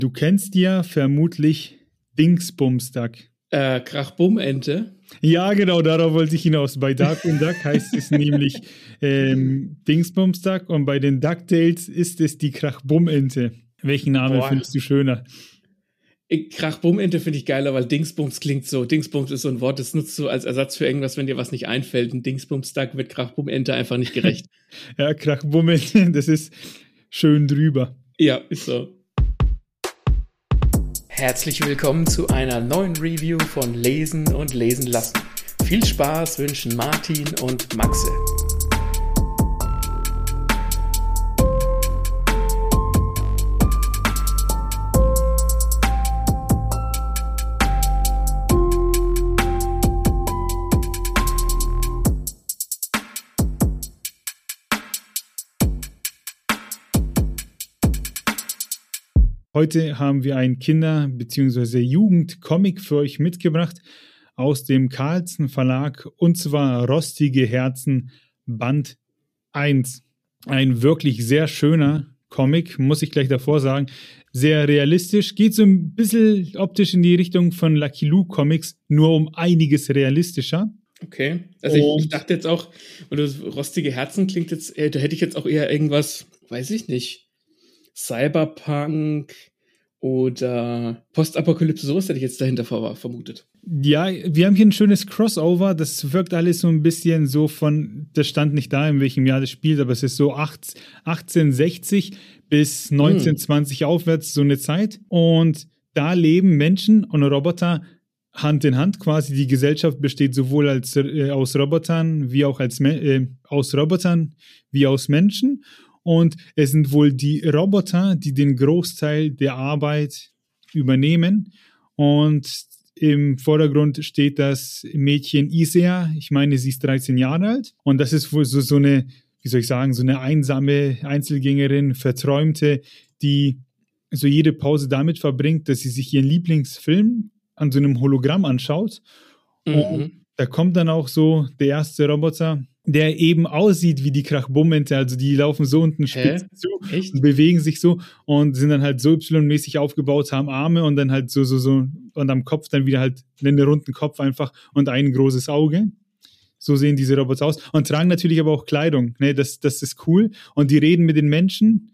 Du kennst ja vermutlich Dingsbumsduck. Krachbummente. Ja, genau, darauf wollte ich hinaus. Bei Darkwing Duck heißt es nämlich Dingsbumsduck und bei den DuckTales ist es die Krachbummente. Welchen Namen findest du schöner? Krachbummente finde ich geiler, weil Dingsbums klingt so. Dingsbums ist so ein Wort, das nutzt du als Ersatz für irgendwas, wenn dir was nicht einfällt. Ein Dingsbumsduck wird Krachbummente einfach nicht gerecht. Ja, Krachbummente, das ist schön drüber. Ja, ist so. Herzlich willkommen zu einer neuen Review von Lesen und Lesen lassen. Viel Spaß wünschen Martin und Maxe. Heute haben wir einen Kinder- bzw. Jugend-Comic für euch mitgebracht aus dem Carlsen Verlag und zwar Rostige Herzen Band 1. Ein wirklich sehr schöner Comic, muss ich gleich davor sagen. Sehr realistisch, geht so ein bisschen optisch in die Richtung von Lucky Luke Comics, nur um einiges realistischer. Okay, also ich dachte jetzt auch, oder Rostige Herzen klingt jetzt, da hätte ich jetzt auch eher irgendwas, weiß ich nicht, Cyberpunk oder Postapokalypse, sowas hätte ich jetzt dahinter vermutet. Ja, wir haben hier ein schönes Crossover, das wirkt alles so ein bisschen so von, das stand nicht da, in welchem Jahr das spielt, aber es ist so 1860 bis 1920 aufwärts, so eine Zeit. Und da leben Menschen und Roboter Hand in Hand quasi. Die Gesellschaft besteht sowohl aus Robotern wie auch aus Robotern wie aus Menschen. Und es sind wohl die Roboter, die den Großteil der Arbeit übernehmen. Und im Vordergrund steht das Mädchen Isea. Ich meine, sie ist 13 Jahre alt. Und das ist wohl so eine, wie soll ich sagen, so eine einsame Einzelgängerin, Verträumte, die so jede Pause damit verbringt, dass sie sich ihren Lieblingsfilm an so einem Hologramm anschaut. Und da kommt dann auch so der erste Roboter, der eben aussieht wie die Krachbummente, also die laufen so unten spitz zu und bewegen sich so und sind dann halt so Y-mäßig aufgebaut, haben Arme und dann halt so und am Kopf dann wieder halt einen runden Kopf einfach und ein großes Auge. So sehen diese Roboter aus und tragen natürlich aber auch Kleidung, ne, das ist cool und die reden mit den Menschen,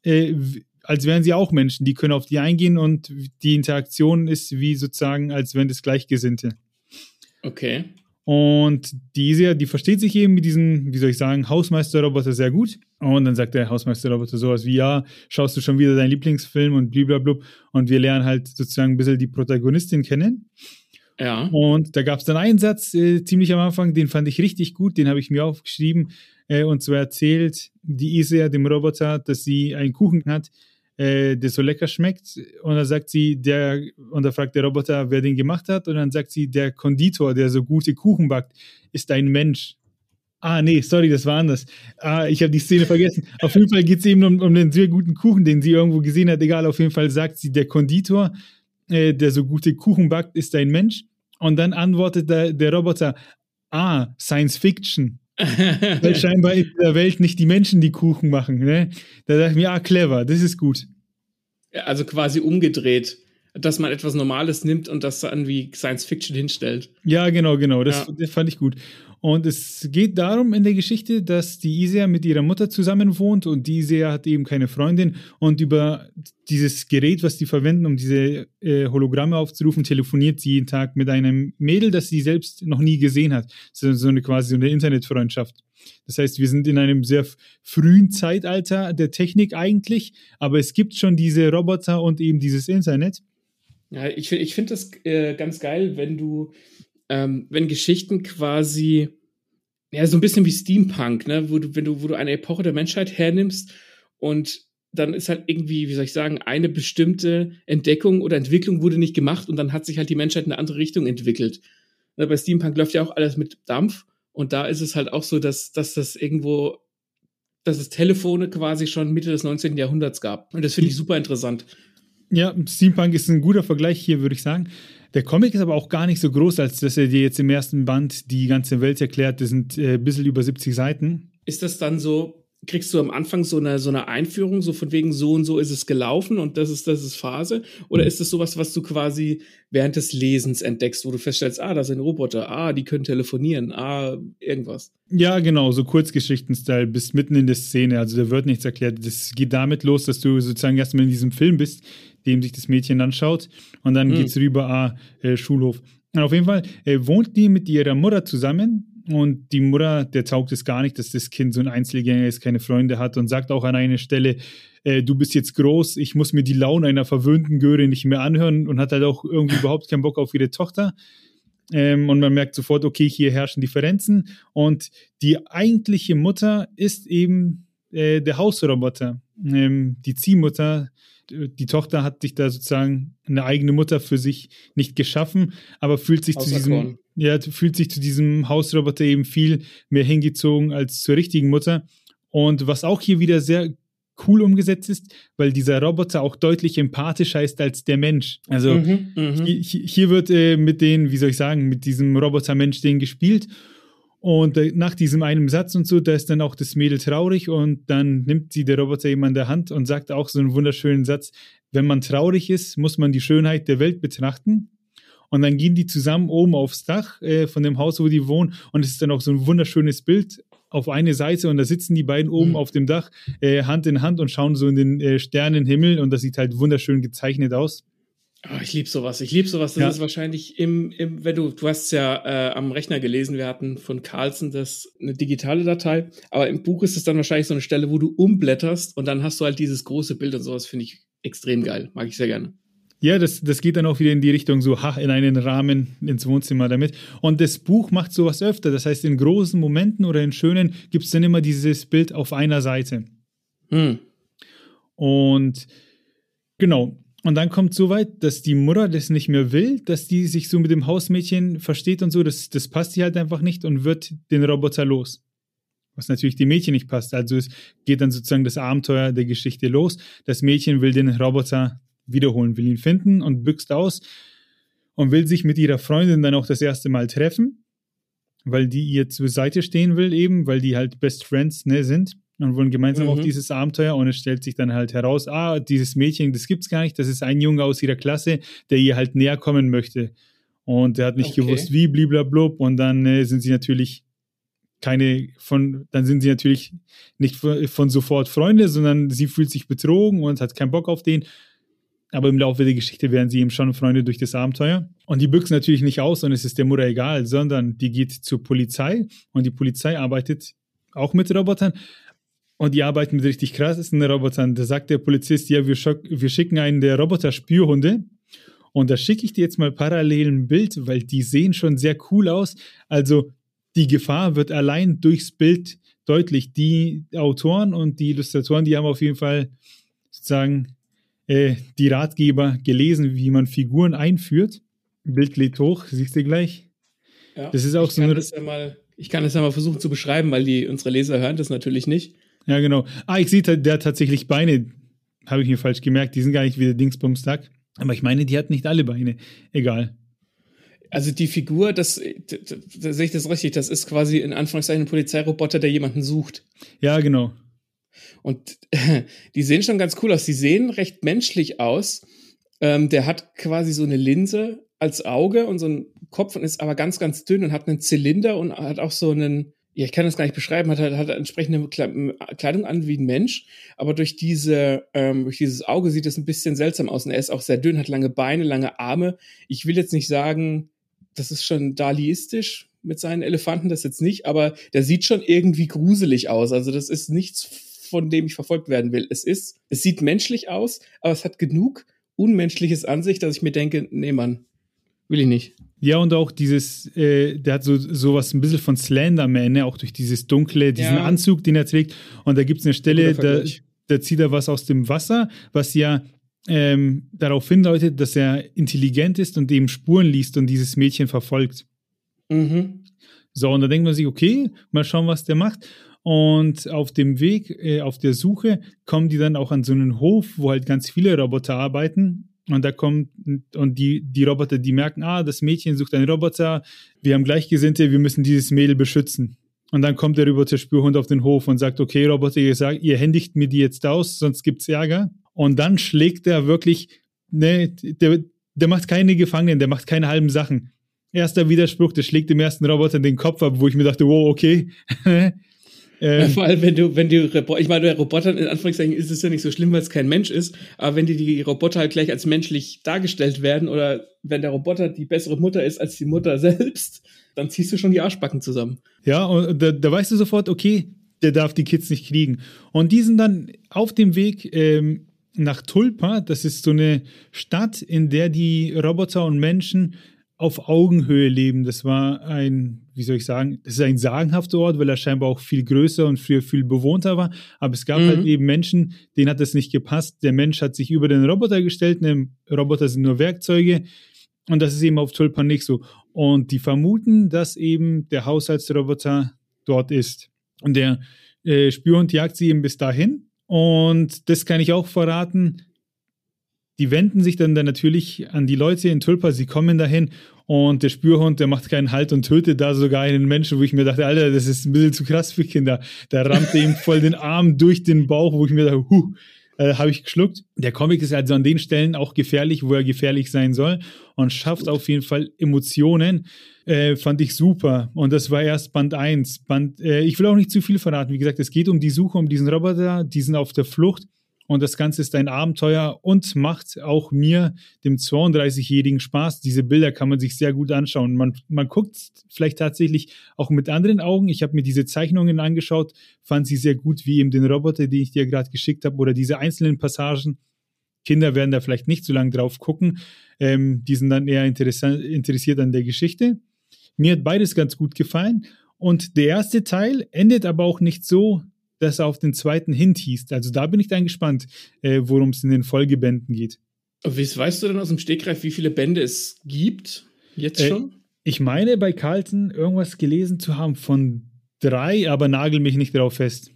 als wären sie auch Menschen, die können auf die eingehen und die Interaktion ist wie sozusagen, als wären das Gleichgesinnte. Okay. Und die versteht sich eben mit diesem, wie soll ich sagen, Hausmeisterroboter sehr gut. Und dann sagt der Hausmeisterroboter sowas wie, ja, schaust du schon wieder deinen Lieblingsfilm und blablabla. Und wir lernen halt sozusagen ein bisschen die Protagonistin kennen. Ja. Und da gab es dann einen Satz ziemlich am Anfang, den fand ich richtig gut, den habe ich mir aufgeschrieben. Und zwar erzählt die Isea dem Roboter, dass sie einen Kuchen hat, der so lecker schmeckt. Und dann sagt sie, und da fragt der Roboter, wer den gemacht hat. Und dann sagt sie, der Konditor, der so gute Kuchen backt, ist ein Mensch. Nee, sorry, das war anders. Ich habe die Szene vergessen. Auf jeden Fall geht es eben um den sehr guten Kuchen, den sie irgendwo gesehen hat. Egal, auf jeden Fall sagt sie, der Konditor, der so gute Kuchen backt, ist ein Mensch. Und dann antwortet der Roboter, Science Fiction. Weil scheinbar in der Welt nicht die Menschen die Kuchen machen. Ne? Da dachte ich mir, clever, das ist gut. Ja, also quasi umgedreht, dass man etwas Normales nimmt und das dann wie Science Fiction hinstellt. Ja, genau, das fand ich gut. Und es geht darum in der Geschichte, dass die Isea mit ihrer Mutter zusammen wohnt und die Isea hat eben keine Freundin und über dieses Gerät, was die verwenden, um diese Hologramme aufzurufen, telefoniert sie jeden Tag mit einem Mädel, das sie selbst noch nie gesehen hat. Das ist quasi so eine Internetfreundschaft. Das heißt, wir sind in einem sehr frühen Zeitalter der Technik eigentlich, aber es gibt schon diese Roboter und eben dieses Internet. Ja, ich finde das ganz geil, wenn Geschichten quasi, ja, so ein bisschen wie Steampunk, ne, wo du eine Epoche der Menschheit hernimmst und dann ist halt irgendwie, wie soll ich sagen, eine bestimmte Entdeckung oder Entwicklung wurde nicht gemacht und dann hat sich halt die Menschheit in eine andere Richtung entwickelt. Ne, bei Steampunk läuft ja auch alles mit Dampf und da ist es halt auch so, dass es Telefone quasi schon Mitte des 19. Jahrhunderts gab. Und das finde ich super interessant. Ja, Steampunk ist ein guter Vergleich hier, würde ich sagen. Der Comic ist aber auch gar nicht so groß, als dass er dir jetzt im ersten Band die ganze Welt erklärt. Das sind ein bisschen über 70 Seiten. Ist das dann so kriegst du am Anfang so eine Einführung, so von wegen so und so ist es gelaufen und das ist Phase? Oder ist es sowas, was du quasi während des Lesens entdeckst, wo du feststellst, da sind Roboter, die können telefonieren, irgendwas? Ja, genau, so Kurzgeschichten-Style, bist mitten in der Szene, also da wird nichts erklärt. Das geht damit los, dass du sozusagen erstmal in diesem Film bist, dem sich das Mädchen anschaut und dann geht's rüber, Schulhof. Und auf jeden Fall wohnt die mit ihrer Mutter zusammen. Und die Mutter, der taugt es gar nicht, dass das Kind so ein Einzelgänger ist, keine Freunde hat und sagt auch an einer Stelle, du bist jetzt groß, ich muss mir die Launen einer verwöhnten Göre nicht mehr anhören und hat halt auch irgendwie überhaupt keinen Bock auf ihre Tochter. Und man merkt sofort, okay, hier herrschen Differenzen. Und die eigentliche Mutter ist eben der Hausroboter, die Ziehmutter. Die Tochter hat sich da sozusagen eine eigene Mutter für sich nicht geschaffen, aber fühlt sich zu diesem Hausroboter eben viel mehr hingezogen als zur richtigen Mutter. Und was auch hier wieder sehr cool umgesetzt ist, weil dieser Roboter auch deutlich empathischer ist als der Mensch. Also hier wird mit diesem Roboter-Mensch-Ding gespielt. Und nach diesem einen Satz und so, da ist dann auch das Mädel traurig und dann nimmt sie der Roboter eben an der Hand und sagt auch so einen wunderschönen Satz, wenn man traurig ist, muss man die Schönheit der Welt betrachten. Und dann gehen die zusammen oben aufs Dach von dem Haus, wo die wohnen und es ist dann auch so ein wunderschönes Bild auf eine Seite und da sitzen die beiden oben auf dem Dach, Hand in Hand und schauen so in den Sternenhimmel und das sieht halt wunderschön gezeichnet aus. Ich liebe sowas. Das ist wahrscheinlich wenn du hast es ja am Rechner gelesen, wir hatten von Carlsen eine digitale Datei, aber im Buch ist es dann wahrscheinlich so eine Stelle, wo du umblätterst und dann hast du halt dieses große Bild und sowas, finde ich extrem geil. Mag ich sehr gerne. Ja, das geht dann auch wieder in die Richtung so, in einen Rahmen ins Wohnzimmer damit. Und das Buch macht sowas öfter. Das heißt, in großen Momenten oder in schönen gibt es dann immer dieses Bild auf einer Seite. Und genau. Und dann kommt so weit, dass die Mutter das nicht mehr will, dass die sich so mit dem Hausmädchen versteht und so. Das passt ihr halt einfach nicht und wird den Roboter los. Was natürlich dem Mädchen nicht passt. Also es geht dann sozusagen das Abenteuer der Geschichte los. Das Mädchen will den Roboter wiederholen, will ihn finden und büxt aus und will sich mit ihrer Freundin dann auch das erste Mal treffen, weil die ihr zur Seite stehen will eben, weil die halt Best Friends sind. Und wollen gemeinsam auf dieses Abenteuer und es stellt sich dann halt heraus, dieses Mädchen, das gibt's gar nicht, das ist ein Junge aus ihrer Klasse, der ihr halt näher kommen möchte. Und der hat nicht gewusst, wie, bliblablub. Und dann sind sie natürlich nicht von sofort Freunde, sondern sie fühlt sich betrogen und hat keinen Bock auf den. Aber im Laufe der Geschichte werden sie eben schon Freunde durch das Abenteuer. Und die büchsen natürlich nicht aus und es ist der Mutter egal, sondern die geht zur Polizei und die Polizei arbeitet auch mit Robotern. Und die arbeiten mit richtig krassesten Robotern. Da sagt der Polizist, ja, wir schicken einen der Roboter-Spürhunde. Und da schicke ich dir jetzt mal parallel ein Bild, weil die sehen schon sehr cool aus. Also die Gefahr wird allein durchs Bild deutlich. Die Autoren und die Illustratoren, die haben auf jeden Fall sozusagen die Ratgeber gelesen, wie man Figuren einführt. Bild lädt hoch, siehst du gleich. Ja, das ist auch ich kann das ja mal versuchen zu beschreiben, weil unsere Leser hören das natürlich nicht. Ja, genau. Ich sehe, der hat tatsächlich Beine. Habe ich mir falsch gemerkt. Die sind gar nicht wie der Dingsbumstag. Aber ich meine, die hat nicht alle Beine. Egal. Also die Figur, das sehe ich das richtig, das ist quasi in Anführungszeichen ein Polizeiroboter, der jemanden sucht. Ja, genau. Und die sehen schon ganz cool aus. Die sehen recht menschlich aus. Der hat quasi so eine Linse als Auge und so einen Kopf und ist aber ganz, ganz dünn und hat einen Zylinder und hat auch so einen, ja, ich kann das gar nicht beschreiben, hat entsprechende Kleidung an wie ein Mensch, aber durch dieses Auge sieht es ein bisschen seltsam aus und er ist auch sehr dünn, hat lange Beine, lange Arme. Ich will jetzt nicht sagen, das ist schon daliistisch mit seinen Elefanten, das jetzt nicht, aber der sieht schon irgendwie gruselig aus. Also das ist nichts, von dem ich verfolgt werden will. Es sieht menschlich aus, aber es hat genug Unmenschliches an sich, dass ich mir denke, nee, Mann, will ich nicht. Ja, und auch der hat sowas ein bisschen von Slenderman, ne? Auch durch dieses Dunkle, diesen Anzug, den er trägt. Und da gibt es eine Stelle, da zieht er was aus dem Wasser, was ja darauf hindeutet, dass er intelligent ist und eben Spuren liest und dieses Mädchen verfolgt. Mhm. So, und da denkt man sich, okay, mal schauen, was der macht. Und auf dem Weg, auf der Suche, kommen die dann auch an so einen Hof, wo halt ganz viele Roboter arbeiten. Und da die Roboter, die merken, das Mädchen sucht einen Roboter, wir haben Gleichgesinnte, wir müssen dieses Mädel beschützen. Und dann kommt der Roboter-Spürhund auf den Hof und sagt, okay, Roboter, ihr händigt mir die jetzt aus, sonst gibt's Ärger. Und dann schlägt er wirklich, ne, der macht keine Gefangenen, der macht keine halben Sachen. Erster Widerspruch, der schlägt dem ersten Roboter den Kopf ab, wo ich mir dachte, wow, okay. Vor allem, wenn du ich meine, bei Robotern in Anführungszeichen ist es ja nicht so schlimm, weil es kein Mensch ist, aber wenn die Roboter halt gleich als menschlich dargestellt werden oder wenn der Roboter die bessere Mutter ist als die Mutter selbst, dann ziehst du schon die Arschbacken zusammen. Ja, und da weißt du sofort, okay, der darf die Kids nicht kriegen. Und die sind dann auf dem Weg nach Tulpa, das ist so eine Stadt, in der die Roboter und Menschen auf Augenhöhe leben. Das war das ist ein sagenhafter Ort, weil er scheinbar auch viel größer und viel bewohnter war. Aber es gab halt eben Menschen, denen hat das nicht gepasst. Der Mensch hat sich über den Roboter gestellt. Roboter sind nur Werkzeuge. Und das ist eben auf Tulpa nicht so. Und die vermuten, dass eben der Haushaltsroboter dort ist. Und der Spürhund jagt sie eben bis dahin. Und das kann ich auch verraten. Die wenden sich dann natürlich an die Leute in Tulpa, sie kommen dahin und der Spürhund, der macht keinen Halt und tötet da sogar einen Menschen, wo ich mir dachte, Alter, das ist ein bisschen zu krass für Kinder. Da rammte ihm voll den Arm durch den Bauch, wo ich mir dachte, habe ich geschluckt. Der Comic ist also an den Stellen auch gefährlich, wo er gefährlich sein soll und schafft auf jeden Fall Emotionen. Fand ich super. Und das war erst Band 1. Ich will auch nicht zu viel verraten. Wie gesagt, es geht um die Suche um diesen Roboter, die sind auf der Flucht. Und das Ganze ist ein Abenteuer und macht auch mir, dem 32-Jährigen, Spaß. Diese Bilder kann man sich sehr gut anschauen. Man guckt vielleicht tatsächlich auch mit anderen Augen. Ich habe mir diese Zeichnungen angeschaut, fand sie sehr gut, wie eben den Roboter, den ich dir gerade geschickt habe, oder diese einzelnen Passagen. Kinder werden da vielleicht nicht so lange drauf gucken. Die sind dann eher interessiert an der Geschichte. Mir hat beides ganz gut gefallen. Und der erste Teil endet aber auch nicht so, dass er auf den zweiten hintießt. Also da bin ich dann gespannt, worum es in den Folgebänden geht. Weißt du denn aus dem Stegreif, wie viele Bände es gibt? Jetzt schon? Ich meine, bei Carlton irgendwas gelesen zu haben von 3, aber nagel mich nicht darauf fest.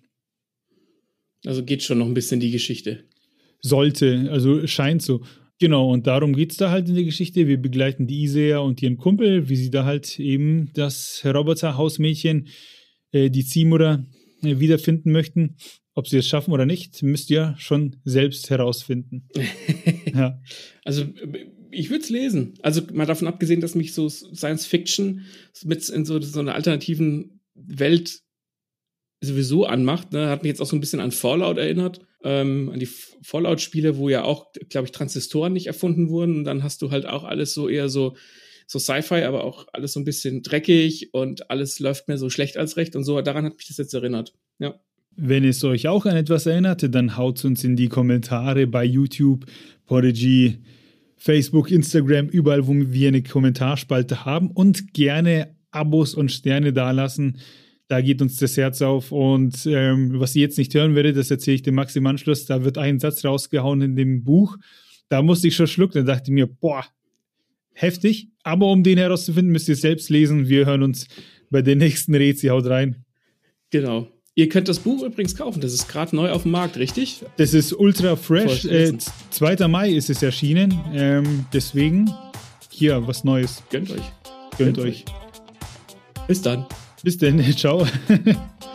Also geht schon noch ein bisschen die Geschichte. Sollte, also scheint so. Genau, und darum geht es da halt in der Geschichte. Wir begleiten die Isea und ihren Kumpel, wie sie da halt eben das Roboter-Hausmädchen, die Ziehmutter, wiederfinden möchten. Ob sie es schaffen oder nicht, müsst ihr schon selbst herausfinden. Ja. Also ich würde es lesen. Also mal davon abgesehen, dass mich so Science-Fiction mit in so einer alternativen Welt sowieso anmacht. Ne? Hat mich jetzt auch so ein bisschen an Fallout erinnert. An die Fallout-Spiele, wo ja auch, glaube ich, Transistoren nicht erfunden wurden. Und dann hast du halt auch alles so eher so Sci-Fi, aber auch alles so ein bisschen dreckig und alles läuft mir so schlecht als recht und so. Daran hat mich das jetzt erinnert. Ja. Wenn es euch auch an etwas erinnerte, dann haut uns in die Kommentare bei YouTube, Podigy, Facebook, Instagram, überall, wo wir eine Kommentarspalte haben, und gerne Abos und Sterne dalassen. Da geht uns das Herz auf. Und was ihr jetzt nicht hören werdet, das erzähle ich dem Max im Anschluss. Da wird ein Satz rausgehauen in dem Buch. Da musste ich schon schlucken. Da dachte ich mir, boah, heftig. Aber um den herauszufinden, müsst ihr es selbst lesen. Wir hören uns bei der nächsten Rätsel. Haut rein. Genau. Ihr könnt das Buch übrigens kaufen. Das ist gerade neu auf dem Markt, richtig? Das ist ultra fresh. 2. Mai ist es erschienen. Deswegen hier was Neues. Gönnt euch. Gönnt euch. Bis dann. Bis dann. Ciao.